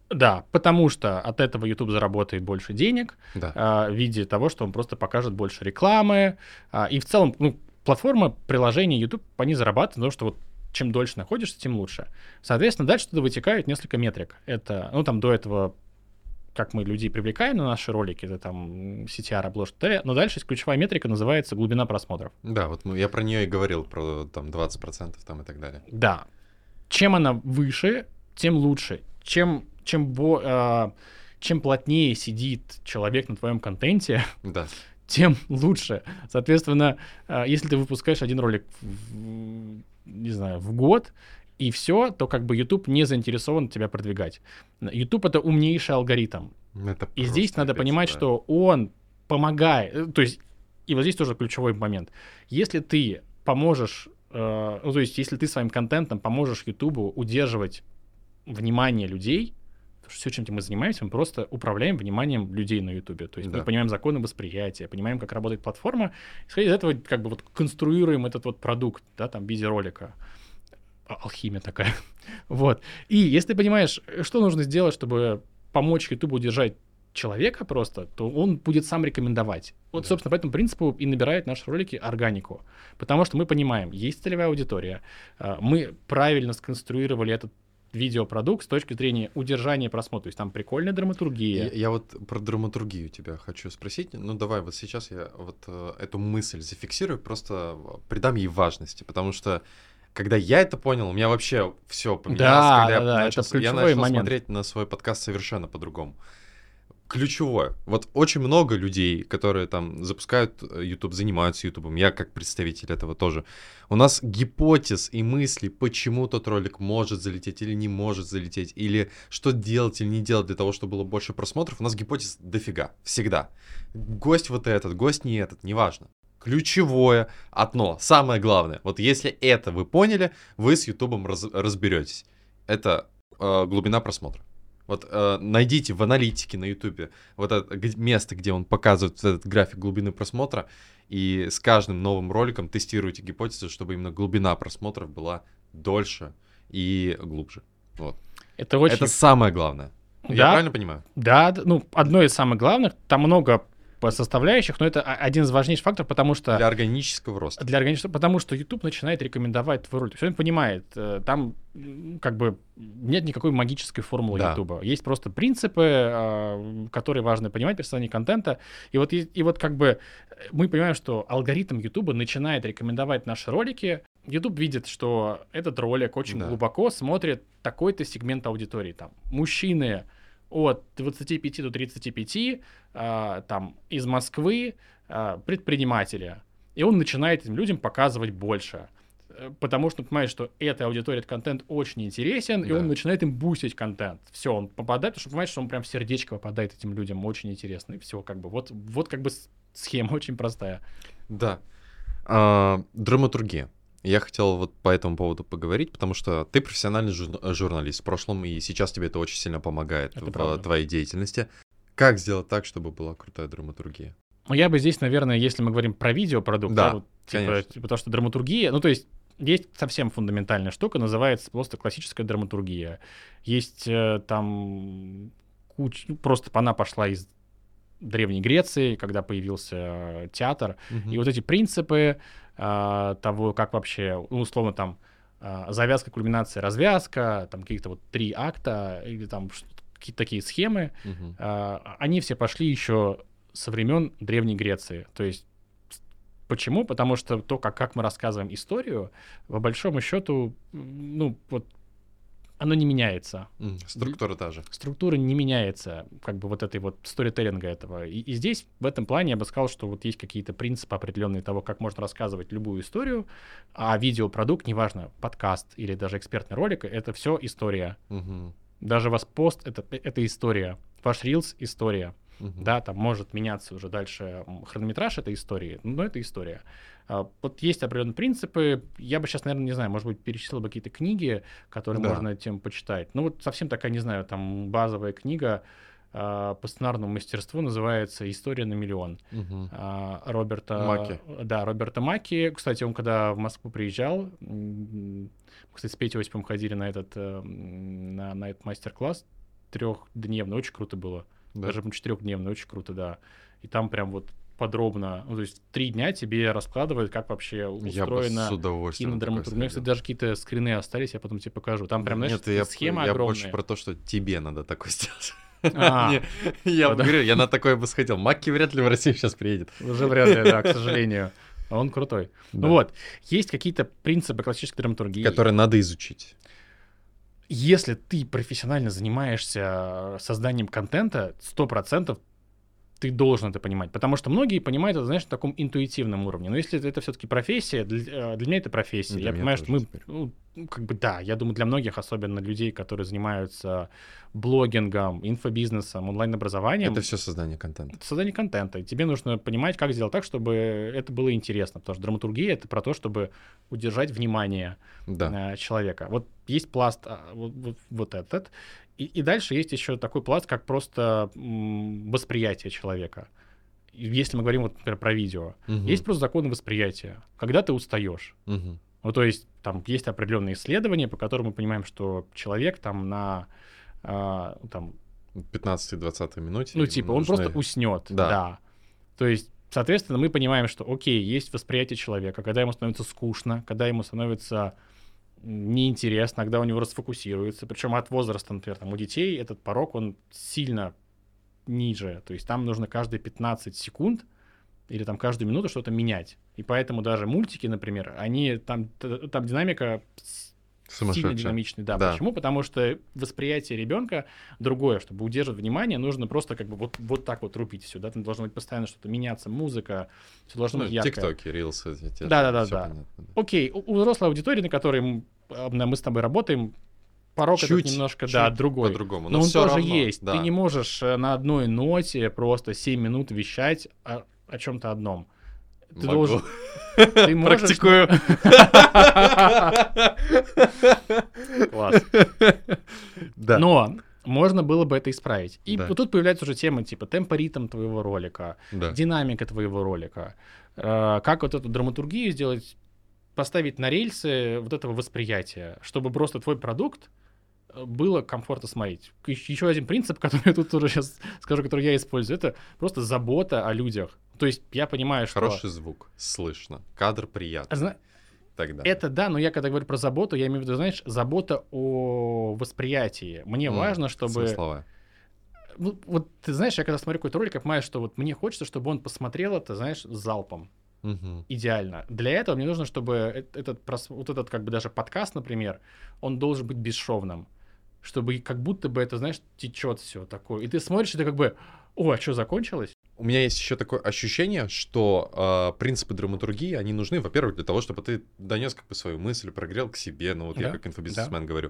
Speaker 1: Да, потому что от этого YouTube заработает больше денег
Speaker 2: Да.
Speaker 1: в виде того, что он просто покажет больше рекламы. И в целом, ну, платформа, приложение YouTube, они зарабатывают, потому что вот чем дольше находишься, тем лучше. Соответственно, дальше туда вытекают несколько метрик. Это, ну, там до этого, как мы людей привлекаем на наши ролики, это там CTR, обложка ТВ, но дальше есть ключевая метрика, называется глубина просмотров.
Speaker 2: Да, вот я про нее и говорил, про там 20% там и так далее.
Speaker 1: Да. Чем она выше, тем лучше. Чем плотнее сидит человек на твоем контенте,
Speaker 2: Да.
Speaker 1: тем лучше. Соответственно, если ты выпускаешь один ролик, не знаю, в год, и все, то как бы YouTube не заинтересован тебя продвигать. YouTube — это умнейший алгоритм.
Speaker 2: Это
Speaker 1: И здесь
Speaker 2: просто
Speaker 1: надо
Speaker 2: капец,
Speaker 1: понимать,
Speaker 2: да.
Speaker 1: что он помогает. То есть, и вот здесь тоже ключевой момент. Если ты поможешь, ну, то есть, если ты своим контентом поможешь YouTube удерживать внимание людей, потому что все, чем мы занимаемся, мы просто управляем вниманием людей на YouTube. То есть
Speaker 2: Да.
Speaker 1: мы понимаем законы восприятия, понимаем, как работает платформа, исходя из этого как бы вот конструируем этот вот продукт, да, там, в виде ролика. Алхимия такая. Вот. И если ты понимаешь, что нужно сделать, чтобы помочь YouTube удержать человека просто, то он будет сам рекомендовать. Вот,
Speaker 2: Да.
Speaker 1: собственно, по этому принципу и набирают наши ролики органику. Потому что мы понимаем, есть целевая аудитория, мы правильно сконструировали этот видеопродукт с точки зрения удержания просмотра. То есть там прикольная драматургия.
Speaker 2: Я вот про драматургию тебя хочу спросить. Ну, давай вот сейчас я вот эту мысль зафиксирую, просто придам ей важности, потому что когда я это понял, у меня вообще все поменялось,
Speaker 1: Да,
Speaker 2: когда
Speaker 1: да,
Speaker 2: я
Speaker 1: это
Speaker 2: начал
Speaker 1: ключевой момент.
Speaker 2: смотреть на свой подкаст совершенно по-другому. Ключевое. Вот очень много людей, которые там запускают YouTube, занимаются YouTube, я как представитель этого тоже. У нас гипотез и мысли, почему тот ролик может залететь или не может залететь, или что делать или не делать для того, чтобы было больше просмотров, у нас гипотез дофига, всегда. Гость вот этот, гость не этот, неважно. Ключевое одно, самое главное. Вот если это вы поняли, вы с YouTube разберетесь. Это глубина просмотра. Вот найдите в аналитике на YouTube вот это место, где он показывает этот график глубины просмотра, и с каждым новым роликом тестируйте гипотезу, чтобы именно глубина просмотров была дольше и глубже. Вот.
Speaker 1: Это очень...
Speaker 2: Это самое главное. Я
Speaker 1: Да.
Speaker 2: правильно понимаю?
Speaker 1: Да, ну, одно из самых главных. Там много составляющих, но это один из важнейших факторов, потому что...
Speaker 2: Для органического роста.
Speaker 1: Для органического, потому что YouTube начинает рекомендовать твой ролик. Все он понимает. Там как бы нет никакой магической формулы
Speaker 2: Да.
Speaker 1: YouTube. Есть просто принципы, которые важно понимать при создании контента. И вот как бы мы понимаем, что алгоритм YouTube начинает рекомендовать наши ролики. YouTube видит, что этот ролик очень
Speaker 2: Да.
Speaker 1: глубоко смотрит такой-то сегмент аудитории. Там мужчины от 25 до 35, там, из Москвы, предприниматели. И он начинает этим людям показывать больше. Потому что он понимает, что эта аудитория, этот контент очень интересен, и
Speaker 2: Да.
Speaker 1: он начинает им бустить контент. Все, он попадает, потому что понимает, что он прям в сердечко попадает этим людям, очень интересно. И все, как бы, вот как бы схема очень простая.
Speaker 2: Да. Драматургия. Я хотел вот по этому поводу поговорить, потому что ты профессиональный журналист в прошлом, и сейчас тебе это очень сильно помогает
Speaker 1: Это
Speaker 2: в
Speaker 1: правда.
Speaker 2: твоей деятельности. Как сделать так, чтобы была крутая драматургия?
Speaker 1: Ну, я бы здесь, наверное, если мы говорим про видеопродукт,
Speaker 2: Да,
Speaker 1: вот,
Speaker 2: конечно.
Speaker 1: потому что драматургия, ну, то есть совсем фундаментальная штука, называется просто классическая драматургия. Есть там просто она пошла из Древней Греции, когда появился театр, и вот эти принципы того, как вообще, ну, условно, там, завязка, кульминация, развязка, там каких-то вот 3 акта, или там какие-то такие схемы,
Speaker 2: Мгм.
Speaker 1: они все пошли еще со времен Древней Греции. То есть почему? Потому что то, как мы рассказываем историю, по большому счету, ну, вот оно не меняется.
Speaker 2: Структура та же.
Speaker 1: Структура не меняется, как бы вот этой вот сторителлинга этого. И здесь, в этом плане, я бы сказал, что вот есть какие-то принципы определенные того, как можно рассказывать любую историю, а видеопродукт, неважно, подкаст или даже экспертный ролик, это все история.
Speaker 2: Мгм.
Speaker 1: Даже ваш пост — это история. Ваш рилс — история.
Speaker 2: Мгм.
Speaker 1: Да, там может меняться уже дальше хронометраж этой истории, но это история. Вот есть определенные принципы. Я бы сейчас, наверное, не знаю, может быть, перечислил бы какие-то книги, которые
Speaker 2: Да.
Speaker 1: можно на эту тему почитать. Ну вот совсем такая, не знаю, там базовая книга по сценарному мастерству называется «История на миллион».
Speaker 2: Мгм.
Speaker 1: Роберта
Speaker 2: Маки.
Speaker 1: Да, Роберта Маки. Кстати, он когда в Москву приезжал, мы, кстати, с Петей Осиповым ходили на этот мастер-класс 4-дневный, очень круто было.
Speaker 2: Да.
Speaker 1: Даже 4-дневный, очень круто, да. И там прям вот подробно, ну, то есть 3 дня тебе раскладывают, как вообще
Speaker 2: Я бы с
Speaker 1: устроена
Speaker 2: удовольствием на такое
Speaker 1: кинодраматургия. У меня, кстати,
Speaker 2: сходил.
Speaker 1: даже какие-то скрины остались, я потом тебе покажу. Там прям, знаешь,
Speaker 2: Нет,
Speaker 1: такие схемы
Speaker 2: я
Speaker 1: огромные.
Speaker 2: больше про то, что тебе надо такое сделать.
Speaker 1: А,
Speaker 2: Я
Speaker 1: да.
Speaker 2: говорю, я на такое бы сходил. Макки вряд ли в Россию сейчас приедет.
Speaker 1: Уже вряд ли, да, к сожалению. А он крутой.
Speaker 2: Да.
Speaker 1: Ну вот, есть какие-то принципы классической драматургии.
Speaker 2: Которые надо изучить.
Speaker 1: Если ты профессионально занимаешься созданием контента, 100% ты должен это понимать. Потому что многие понимают это, знаешь, на таком интуитивном уровне. Но если это все-таки профессия, для меня это профессия.
Speaker 2: Для
Speaker 1: Я
Speaker 2: меня
Speaker 1: понимаю, что
Speaker 2: тоже
Speaker 1: мы,
Speaker 2: теперь.
Speaker 1: ну, как бы да, я думаю, для многих, особенно людей, которые занимаются блогингом, инфобизнесом, онлайн-образованием,
Speaker 2: Это все создание контента.
Speaker 1: это создание контента. И тебе нужно понимать, как сделать так, чтобы это было интересно. Потому что драматургия — это про то, чтобы удержать внимание
Speaker 2: Да.
Speaker 1: человека. Вот есть пласт вот этот. И дальше есть еще такой пласт, как просто восприятие человека. Если мы говорим, вот, например, про видео.
Speaker 2: Мгм.
Speaker 1: Есть просто законы восприятия. Когда ты устаешь.
Speaker 2: Мгм.
Speaker 1: Ну, то есть там есть определенные исследования, по которым мы понимаем, что человек там на там,
Speaker 2: 15-20 минуте.
Speaker 1: ну, типа, он просто уснет.
Speaker 2: Да.
Speaker 1: Да. То есть, соответственно, мы понимаем, что, окей, есть восприятие человека, когда ему становится скучно, когда ему становится неинтересно, когда у него расфокусируется. Причем от возраста, например, там, у детей этот порог, он сильно ниже. То есть там нужно каждые 15 секунд или там каждую минуту что-то менять. И поэтому даже мультики, например, они там динамика сильно
Speaker 2: Сумасшедшая.
Speaker 1: динамичная. Да.
Speaker 2: Да.
Speaker 1: Почему? Потому что восприятие ребенка другое. Чтобы удерживать внимание, нужно просто как бы вот так вот рубить все. Да? Там должно быть постоянно что-то меняться, музыка, все должно быть яркое.
Speaker 2: ТикТоки, рилсы.
Speaker 1: Да. Окей, у взрослой аудитории, на которой мы с тобой работаем, порог этот немножко, да, другой.
Speaker 2: По-другому.
Speaker 1: Но он
Speaker 2: всё
Speaker 1: тоже
Speaker 2: равно,
Speaker 1: есть.
Speaker 2: да.
Speaker 1: Ты не можешь на одной ноте просто 7 минут вещать о чем-то одном. Ты
Speaker 2: Могу.
Speaker 1: должен... Ты можешь...
Speaker 2: Практикую.
Speaker 1: Класс.
Speaker 2: Да.
Speaker 1: Но можно было бы это исправить. И
Speaker 2: Да.
Speaker 1: вот тут появляются уже темы типа темпоритм твоего ролика,
Speaker 2: Да.
Speaker 1: динамика твоего ролика, как вот эту драматургию сделать, поставить на рельсы вот этого восприятия, чтобы просто твой продукт было комфортно смотреть. Еще один принцип, который я тут уже сейчас скажу, который я использую, это просто забота о людях. То есть я понимаю, что...
Speaker 2: Хороший звук, слышно, кадр приятный. Тогда.
Speaker 1: Это да, но я когда говорю про заботу, я имею в виду, знаешь, забота о восприятии. Мне важно, чтобы...
Speaker 2: Смысловая.
Speaker 1: Ну, вот ты знаешь, я когда смотрю какой-то ролик, я понимаю, что вот мне хочется, чтобы он посмотрел это, знаешь, залпом.
Speaker 2: Мгм.
Speaker 1: Идеально. Для этого мне нужно, чтобы вот этот как бы даже подкаст, например, он должен быть бесшовным. Чтобы как будто бы это, знаешь, течет все такое. И ты смотришь, и ты как бы, о, а что, закончилось?
Speaker 2: У меня есть еще такое ощущение, что принципы драматургии, они нужны, во-первых, для того, чтобы ты донес как бы свою мысль, прогрел к себе, ну вот я
Speaker 1: Да,
Speaker 2: как инфобизнесмен говорю.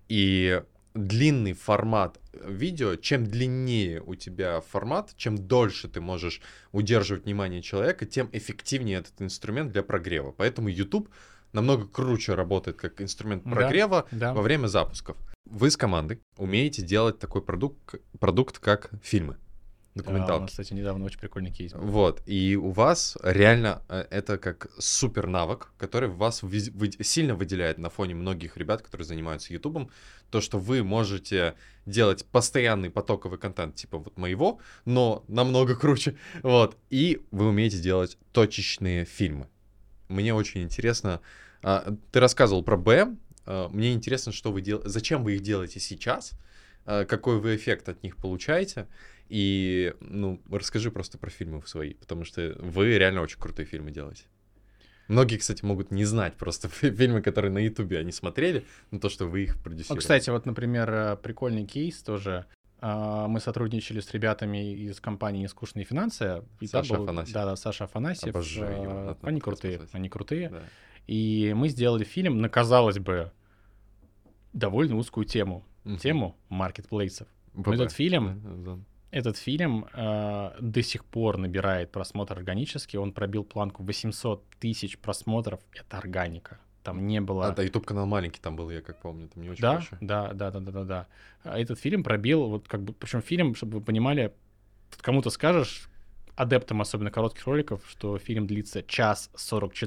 Speaker 2: И длинный формат видео, чем длиннее у тебя формат, чем дольше ты можешь удерживать внимание человека, тем эффективнее этот инструмент для прогрева. Поэтому YouTube намного круче работает как инструмент прогрева
Speaker 1: да.
Speaker 2: во время запусков. Вы с командой умеете делать такой продукт как фильмы.
Speaker 1: Да, у
Speaker 2: Документалки.
Speaker 1: нас, кстати, недавно очень прикольный кейс был.
Speaker 2: Вот, и у вас реально это как супер навык, который вас сильно выделяет на фоне многих ребят, которые занимаются Ютубом, то, что вы можете делать постоянный потоковый контент типа вот моего, но намного круче, вот, и вы умеете делать точечные фильмы. Мне очень интересно, ты рассказывал про Б, мне интересно, что вы делаете, зачем вы их делаете сейчас, какой вы эффект от них получаете. И, ну, расскажи просто про фильмы свои, потому что вы реально очень крутые фильмы делаете. Многие, кстати, могут не знать просто фильмы, которые на Ютубе они смотрели, но то, что вы их продюсировали.
Speaker 1: Кстати, вот, например, прикольный кейс тоже. Мы сотрудничали с ребятами из компании «Нескучные финансы». И
Speaker 2: Саша
Speaker 1: был,
Speaker 2: Афанасьев.
Speaker 1: Да, Саша Афанасьев.
Speaker 2: Обожаю его.
Speaker 1: Они крутые, они крутые.
Speaker 2: Да.
Speaker 1: И мы сделали фильм на, казалось бы, довольно узкую тему.
Speaker 2: Мгм.
Speaker 1: Тему маркетплейсов.
Speaker 2: ВП.
Speaker 1: Этот фильм...
Speaker 2: Да.
Speaker 1: Этот фильм до сих пор набирает просмотр органически. Он пробил планку 800 тысяч просмотров. Это органика. Там не было...
Speaker 2: Да, YouTube-канал маленький там был, я как помню, там не очень
Speaker 1: Да,
Speaker 2: большой.
Speaker 1: да. Этот фильм пробил, вот как бы, причем фильм, чтобы вы понимали, тут кому-то скажешь, адептам особенно коротких роликов, что фильм длится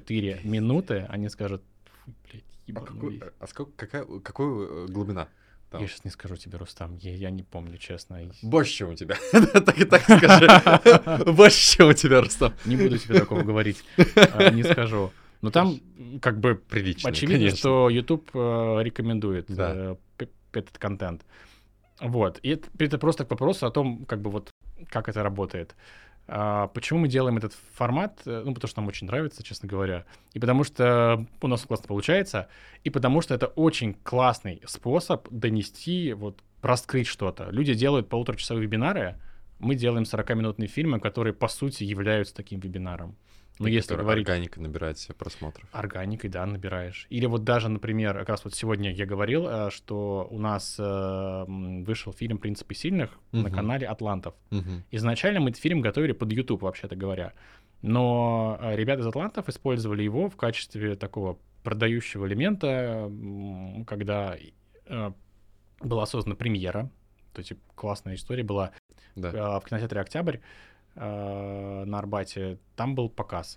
Speaker 1: 1:44, они скажут, фу, блядь, ебанулись.
Speaker 2: Какая глубина там?
Speaker 1: Я сейчас не скажу тебе, Рустам, я не помню, честно.
Speaker 2: Больше, чем у тебя. Так скажи. Больше, чем у тебя, Рустам.
Speaker 1: Не буду тебе такого говорить, не скажу. Но там как бы
Speaker 2: Прилично,
Speaker 1: очевидно,
Speaker 2: конечно.
Speaker 1: что YouTube рекомендует
Speaker 2: Да.
Speaker 1: этот контент. Вот. И это просто к вопросу о том, как бы вот как это работает. Почему мы делаем этот формат? Ну, потому что нам очень нравится, честно говоря. И потому что у нас классно получается. И потому что это очень классный способ донести, вот, раскрыть что-то. Люди делают полуторачасовые вебинары, мы делаем 40-минутные фильмы, которые, по сути, являются таким вебинаром. Ну, если говорить...
Speaker 2: Органика набирает себе просмотров.
Speaker 1: Органикой, да, набираешь. Или вот даже, например, как раз вот сегодня я говорил, что у нас вышел фильм «Принципы сильных» на канале «Атлантов». Изначально мы этот фильм готовили под YouTube, вообще-то говоря. Но ребята из «Атлантов» использовали его в качестве такого продающего элемента, когда была создана премьера. То есть классная история была в кинотеатре «Октябрь» на Арбате. Там был показ,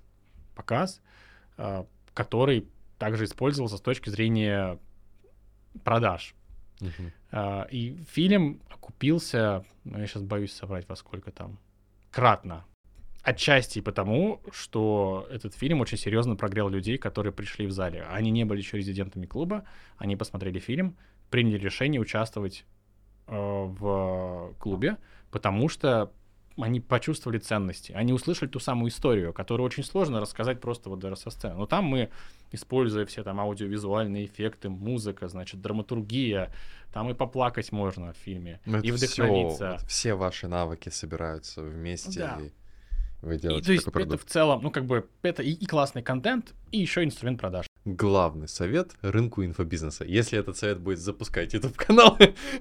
Speaker 1: который также использовался с точки зрения продаж. И фильм окупился, я сейчас боюсь соврать, во сколько там, кратно. Отчасти потому, что этот фильм очень серьезно прогрел людей, которые пришли в зале. Они не были еще резидентами клуба, они посмотрели фильм, приняли решение участвовать в клубе, потому что они почувствовали ценности, они услышали ту самую историю, которую очень сложно рассказать просто вот даже со сцены. Но там мы, используя все там аудиовизуальные эффекты, музыка, значит, драматургия, там и поплакать можно в фильме, и вдохновиться.
Speaker 2: Все ваши навыки собираются вместе,
Speaker 1: да.
Speaker 2: И вы делаете
Speaker 1: то есть
Speaker 2: такой продукт.
Speaker 1: Это в целом, ну как бы, это и классный контент, и еще инструмент продаж.
Speaker 2: Главный совет рынку инфобизнеса. Если этот совет будет запускать YouTube-канал,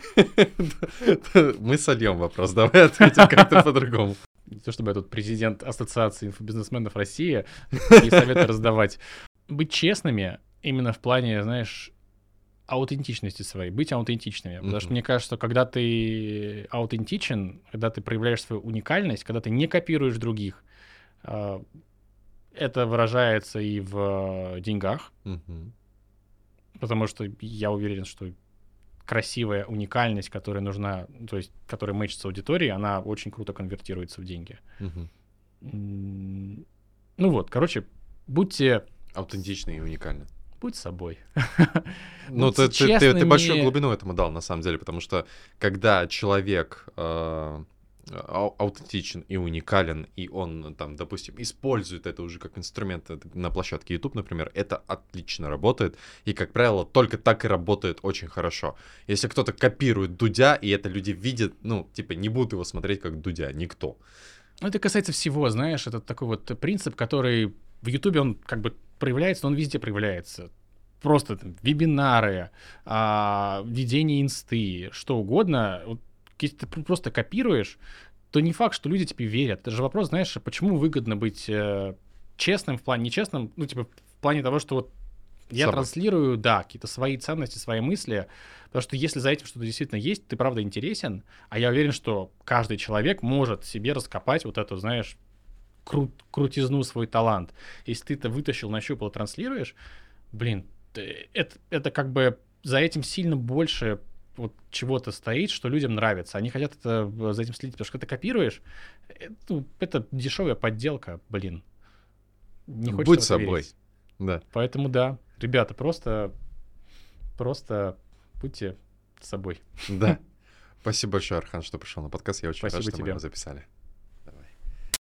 Speaker 2: мы сольем вопрос. Давай ответим как-то по-другому.
Speaker 1: Не то чтобы я тут президент Ассоциации инфобизнесменов России, и советы раздавать. Быть честными именно в плане, знаешь, аутентичности своей, быть аутентичными. Потому что мне кажется, что когда ты аутентичен, когда ты проявляешь свою уникальность, когда ты не копируешь других, это выражается и в деньгах, потому что я уверен, что красивая уникальность, которая нужна, то есть которая мэчится аудитории, она очень круто конвертируется в деньги. Ну вот, короче, будьте...
Speaker 2: Аутентичны и уникальны.
Speaker 1: Будь собой.
Speaker 2: Ну, ты большую глубину этому дал, на самом деле, потому что когда человек аутентичен и уникален, и он, там, допустим, использует это уже как инструмент на площадке YouTube, например, это отлично работает, и, как правило, только так и работает очень хорошо. Если кто-то копирует Дудя, и это люди видят, ну, типа, не будут его смотреть как Дудя, никто.
Speaker 1: Ну, это касается всего, знаешь, это такой вот принцип, который в YouTube, он как бы проявляется, но он везде проявляется. Просто там, вебинары, ведение инсты, что угодно. Вот, если ты просто копируешь, то не факт, что люди тебе верят. Это же вопрос, знаешь, почему выгодно быть честным в плане, нечестным, ну, типа, в плане того, что вот я транслирую, да, какие-то свои ценности, свои мысли, потому что если за этим что-то действительно есть, ты правда интересен, а я уверен, что каждый человек может себе раскопать вот эту, знаешь, крутизну, свой талант. Если ты это вытащил, нащупал, транслируешь, блин, это как бы за этим сильно больше вот чего-то стоит, что людям нравится. Они хотят за этим следить, потому что когда ты копируешь, это дешевая подделка, блин. Не хочется
Speaker 2: Будь собой.
Speaker 1: верить.
Speaker 2: Да.
Speaker 1: Поэтому да, ребята, просто будьте собой.
Speaker 2: Да. Спасибо большое, Архан, что пришел на подкаст. Я очень рад, что мы
Speaker 1: тебе.
Speaker 2: его записали.